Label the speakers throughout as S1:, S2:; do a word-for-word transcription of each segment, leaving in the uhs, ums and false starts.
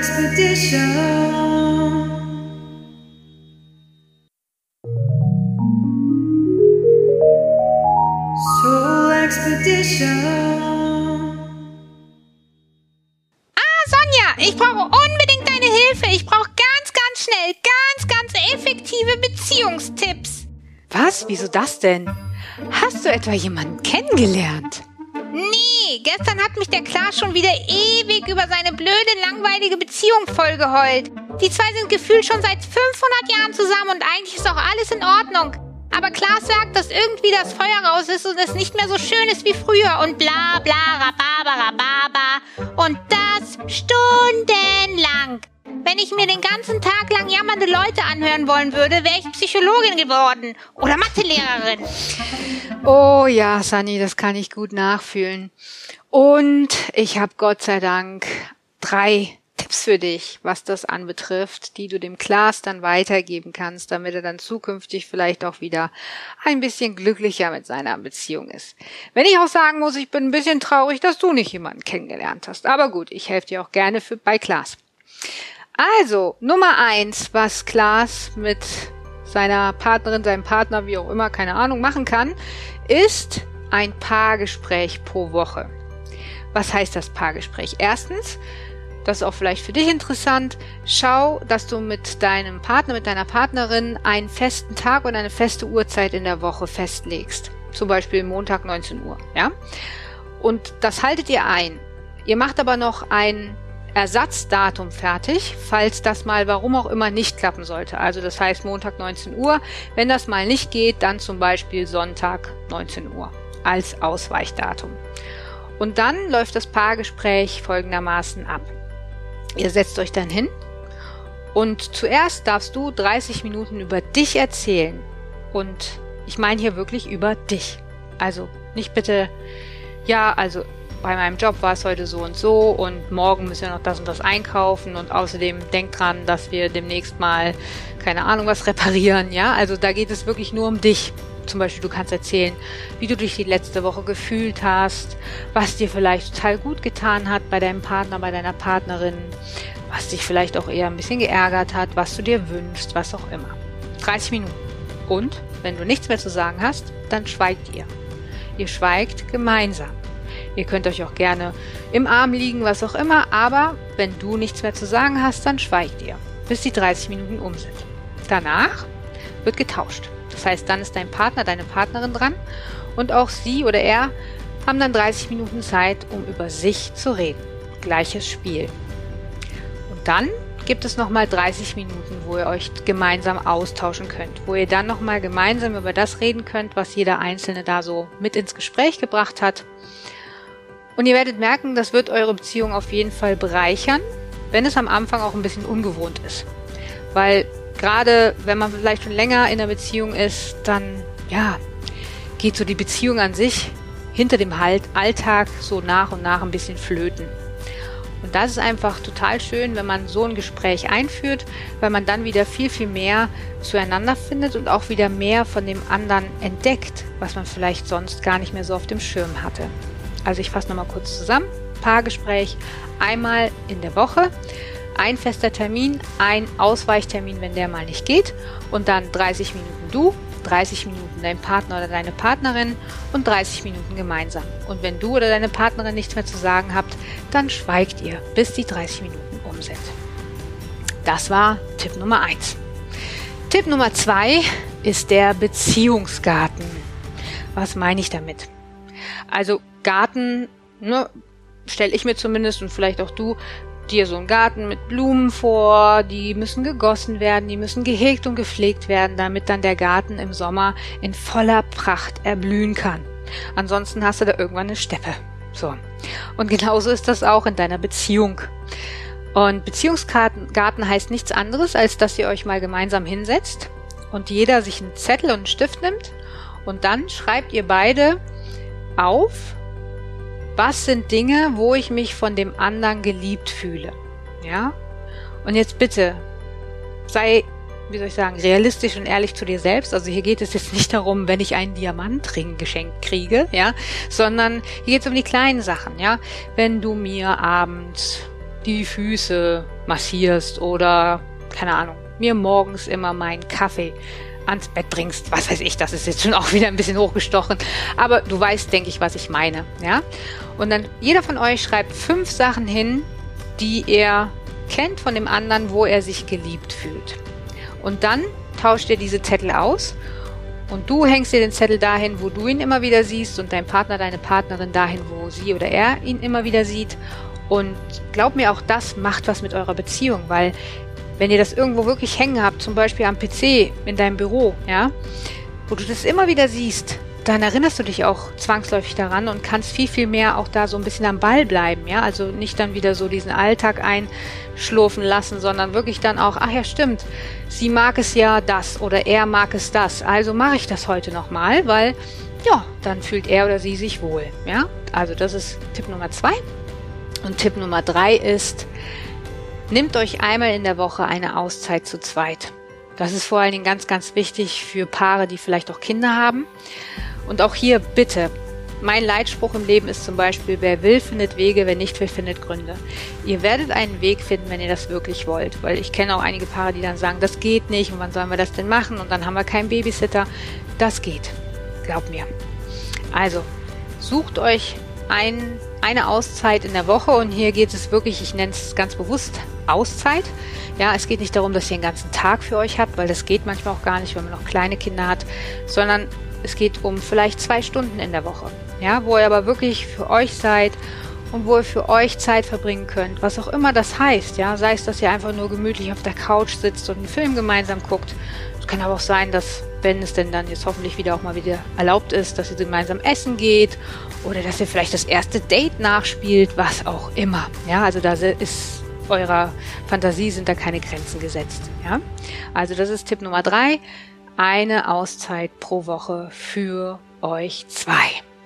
S1: Expedition. Soul Expedition.
S2: Ah, Sonja, ich brauche unbedingt deine Hilfe. Ich brauche ganz, ganz schnell, ganz, ganz effektive Beziehungstipps.
S3: Was? Wieso das denn? Hast du etwa jemanden kennengelernt?
S2: Nee, gestern hat mich der Klaas schon wieder ewig über seine blöde, langweilige Beziehung vollgeheult. Die zwei sind gefühlt schon seit fünfhundert Jahren zusammen und eigentlich ist auch alles in Ordnung. Aber Klaas sagt, dass irgendwie das Feuer raus ist und es nicht mehr so schön ist wie früher und bla bla, rababa, rababa. Und das stundenlang. Wenn ich mir den ganzen Tag lang jammernde Leute anhören wollen würde, wäre ich Psychologin geworden oder Mathelehrerin.
S3: Oh ja, Sunny, das kann ich gut nachfühlen. Und ich habe Gott sei Dank drei Tipps für dich, was das anbetrifft, die du dem Klaas dann weitergeben kannst, damit er dann zukünftig vielleicht auch wieder ein bisschen glücklicher mit seiner Beziehung ist. Wenn ich auch sagen muss, ich bin ein bisschen traurig, dass du nicht jemanden kennengelernt hast. Aber gut, ich helfe dir auch gerne für, bei Klaas. Also, Nummer eins, was Klaas mit seiner Partnerin, seinem Partner, wie auch immer, keine Ahnung, machen kann, ist ein Paargespräch pro Woche. Was heißt das Paargespräch? Erstens, das ist auch vielleicht für dich interessant, schau, dass du mit deinem Partner, mit deiner Partnerin einen festen Tag und eine feste Uhrzeit in der Woche festlegst. Zum Beispiel Montag neunzehn Uhr, ja? Und das haltet ihr ein. Ihr macht aber noch ein Ersatzdatum fertig, falls das mal warum auch immer nicht klappen sollte. Also das heißt Montag neunzehn Uhr. Wenn das mal nicht geht, dann zum Beispiel Sonntag neunzehn Uhr als Ausweichdatum. Und dann läuft das Paargespräch folgendermaßen ab. Ihr setzt euch dann hin und zuerst darfst du dreißig Minuten über dich erzählen. Und ich meine hier wirklich über dich. Also nicht bitte, ja, also bei meinem Job war es heute so und so und morgen müssen wir noch das und das einkaufen und außerdem denkt dran, dass wir demnächst mal, keine Ahnung, was reparieren, ja. Also da geht es wirklich nur um dich. Zum Beispiel, du kannst erzählen, wie du dich die letzte Woche gefühlt hast, was dir vielleicht total gut getan hat bei deinem Partner, bei deiner Partnerin, was dich vielleicht auch eher ein bisschen geärgert hat, was du dir wünschst, was auch immer. dreißig Minuten. Und wenn du nichts mehr zu sagen hast, dann schweigt ihr. Ihr schweigt gemeinsam. Ihr könnt euch auch gerne im Arm liegen, was auch immer, aber wenn du nichts mehr zu sagen hast, dann schweigt ihr, bis die dreißig Minuten um sind. Danach wird getauscht. Das heißt, dann ist dein Partner, deine Partnerin dran und auch sie oder er haben dann dreißig Minuten Zeit, um über sich zu reden. Gleiches Spiel. Und dann gibt es nochmal dreißig Minuten, wo ihr euch gemeinsam austauschen könnt, wo ihr dann nochmal gemeinsam über das reden könnt, was jeder Einzelne da so mit ins Gespräch gebracht hat. Und ihr werdet merken, das wird eure Beziehung auf jeden Fall bereichern, wenn es am Anfang auch ein bisschen ungewohnt ist. Weil gerade wenn man vielleicht schon länger in der Beziehung ist, dann ja, geht so die Beziehung an sich hinter dem halt Alltag so nach und nach ein bisschen flöten. Und das ist einfach total schön, wenn man so ein Gespräch einführt, weil man dann wieder viel, viel mehr zueinander findet und auch wieder mehr von dem anderen entdeckt, was man vielleicht sonst gar nicht mehr so auf dem Schirm hatte. Also ich fasse nochmal kurz zusammen. Paargespräch einmal in der Woche, ein fester Termin, ein Ausweichtermin, wenn der mal nicht geht und dann dreißig Minuten du, dreißig Minuten dein Partner oder deine Partnerin und dreißig Minuten gemeinsam. Und wenn du oder deine Partnerin nichts mehr zu sagen habt, dann schweigt ihr, bis die dreißig Minuten um sind. Das war Tipp Nummer eins. Tipp Nummer zwei ist der Beziehungsgarten. Was meine ich damit? Also Garten, ne, stelle ich mir zumindest und vielleicht auch du dir so einen Garten mit Blumen vor, die müssen gegossen werden, die müssen gehegt und gepflegt werden, damit dann der Garten im Sommer in voller Pracht erblühen kann. Ansonsten hast du da irgendwann eine Steppe. So. Und genauso ist das auch in deiner Beziehung. Und Beziehungsgarten heißt nichts anderes, als dass ihr euch mal gemeinsam hinsetzt und jeder sich einen Zettel und einen Stift nimmt und dann schreibt ihr beide auf, was sind Dinge, wo ich mich von dem anderen geliebt fühle. Ja? Und jetzt bitte, sei, wie soll ich sagen, realistisch und ehrlich zu dir selbst. Also hier geht es jetzt nicht darum, wenn ich einen Diamantring geschenkt kriege, ja, sondern hier geht es um die kleinen Sachen, ja. Wenn du mir abends die Füße massierst oder, keine Ahnung, mir morgens immer meinen Kaffee ans Bett bringst. Was weiß ich, das ist jetzt schon auch wieder ein bisschen hochgestochen. Aber du weißt, denke ich, was ich meine. Ja? Und dann jeder von euch schreibt fünf Sachen hin, die er kennt von dem anderen, wo er sich geliebt fühlt. Und dann tauscht ihr diese Zettel aus und du hängst dir den Zettel dahin, wo du ihn immer wieder siehst und dein Partner, deine Partnerin dahin, wo sie oder er ihn immer wieder sieht. Und glaub mir, auch das macht was mit eurer Beziehung, weil wenn ihr das irgendwo wirklich hängen habt, zum Beispiel am P C in deinem Büro, ja, wo du das immer wieder siehst, dann erinnerst du dich auch zwangsläufig daran und kannst viel, viel mehr auch da so ein bisschen am Ball bleiben, ja, also nicht dann wieder so diesen Alltag einschlurfen lassen, sondern wirklich dann auch, ach ja, stimmt, sie mag es ja das oder er mag es das, also mache ich das heute nochmal, weil, ja, dann fühlt er oder sie sich wohl, ja, also das ist Tipp Nummer zwei. Und Tipp Nummer drei ist, nehmt euch einmal in der Woche eine Auszeit zu zweit. Das ist vor allen Dingen ganz, ganz wichtig für Paare, die vielleicht auch Kinder haben. Und auch hier bitte, mein Leitspruch im Leben ist zum Beispiel, wer will, findet Wege, wer nicht will, findet Gründe. Ihr werdet einen Weg finden, wenn ihr das wirklich wollt. Weil ich kenne auch einige Paare, die dann sagen, das geht nicht und wann sollen wir das denn machen und dann haben wir keinen Babysitter. Das geht, glaubt mir. Also, sucht euch ein eine Auszeit in der Woche und hier geht es wirklich, ich nenne es ganz bewusst Auszeit. Ja, es geht nicht darum, dass ihr den ganzen Tag für euch habt, weil das geht manchmal auch gar nicht, wenn man noch kleine Kinder hat, sondern es geht um vielleicht zwei Stunden in der Woche, ja, wo ihr aber wirklich für euch seid und wo ihr für euch Zeit verbringen könnt, was auch immer das heißt, ja, sei es, dass ihr einfach nur gemütlich auf der Couch sitzt und einen Film gemeinsam guckt. Es kann aber auch sein, dass, wenn es denn dann jetzt hoffentlich wieder auch mal wieder erlaubt ist, dass ihr gemeinsam essen geht oder dass ihr vielleicht das erste Date nachspielt, was auch immer. Ja, also da ist eurer Fantasie sind da keine Grenzen gesetzt. Ja, also das ist Tipp Nummer drei. Eine Auszeit pro Woche für euch zwei.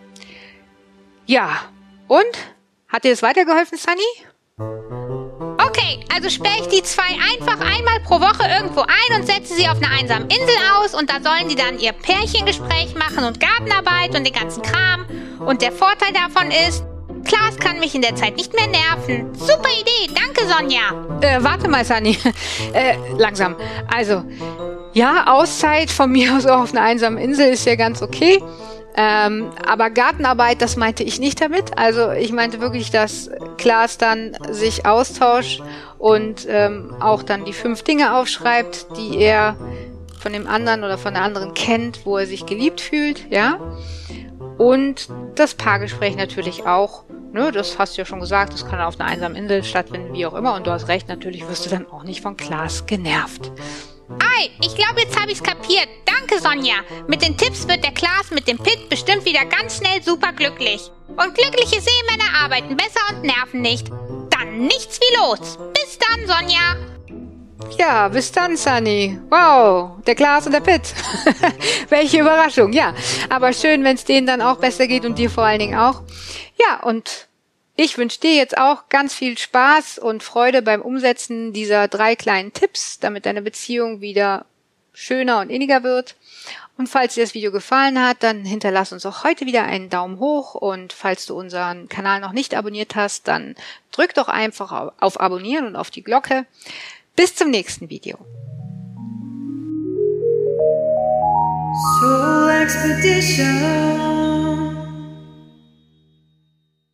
S3: Ja, und? Hat dir das weitergeholfen, Sunny?
S2: Okay, also sperre ich die zwei einfach einmal pro Woche irgendwo ein und setze sie auf einer einsamen Insel aus und da sollen die dann ihr Pärchengespräch machen und Gartenarbeit und den ganzen Kram. Und der Vorteil davon ist, Klaas kann mich in der Zeit nicht mehr nerven. Super Idee, danke Sonja.
S3: Äh, warte mal, Sunny. äh, langsam. Also, ja, Auszeit von mir aus auch auf einer einsamen Insel ist ja ganz okay. Ähm, aber Gartenarbeit, das meinte ich nicht damit. Also ich meinte wirklich, dass Klaas dann sich austauscht und ähm, auch dann die fünf Dinge aufschreibt, die er von dem anderen oder von der anderen kennt, wo er sich geliebt fühlt, ja. Und das Paargespräch natürlich auch. Ne, das hast du ja schon gesagt, das kann auf einer einsamen Insel stattfinden, wie auch immer. Und du hast recht, natürlich wirst du dann auch nicht von Klaas genervt.
S2: Ei, ich glaube, jetzt habe ich es kapiert. Danke, Sonja. Mit den Tipps wird der Klaas mit dem Pit bestimmt wieder ganz schnell super glücklich. Und glückliche Seemänner arbeiten besser und nerven nicht. Dann nichts wie los. Bis dann, Sonja.
S3: Ja, bis dann, Sunny. Wow, der Klaas und der Pit. Welche Überraschung, ja. Aber schön, wenn es denen dann auch besser geht und dir vor allen Dingen auch. Ja, und ich wünsche dir jetzt auch ganz viel Spaß und Freude beim Umsetzen dieser drei kleinen Tipps, damit deine Beziehung wieder schöner und inniger wird. Und falls dir das Video gefallen hat, dann hinterlass uns auch heute wieder einen Daumen hoch. Und falls du unseren Kanal noch nicht abonniert hast, dann drück doch einfach auf Abonnieren und auf die Glocke. Bis zum nächsten Video.
S1: Soul Expedition.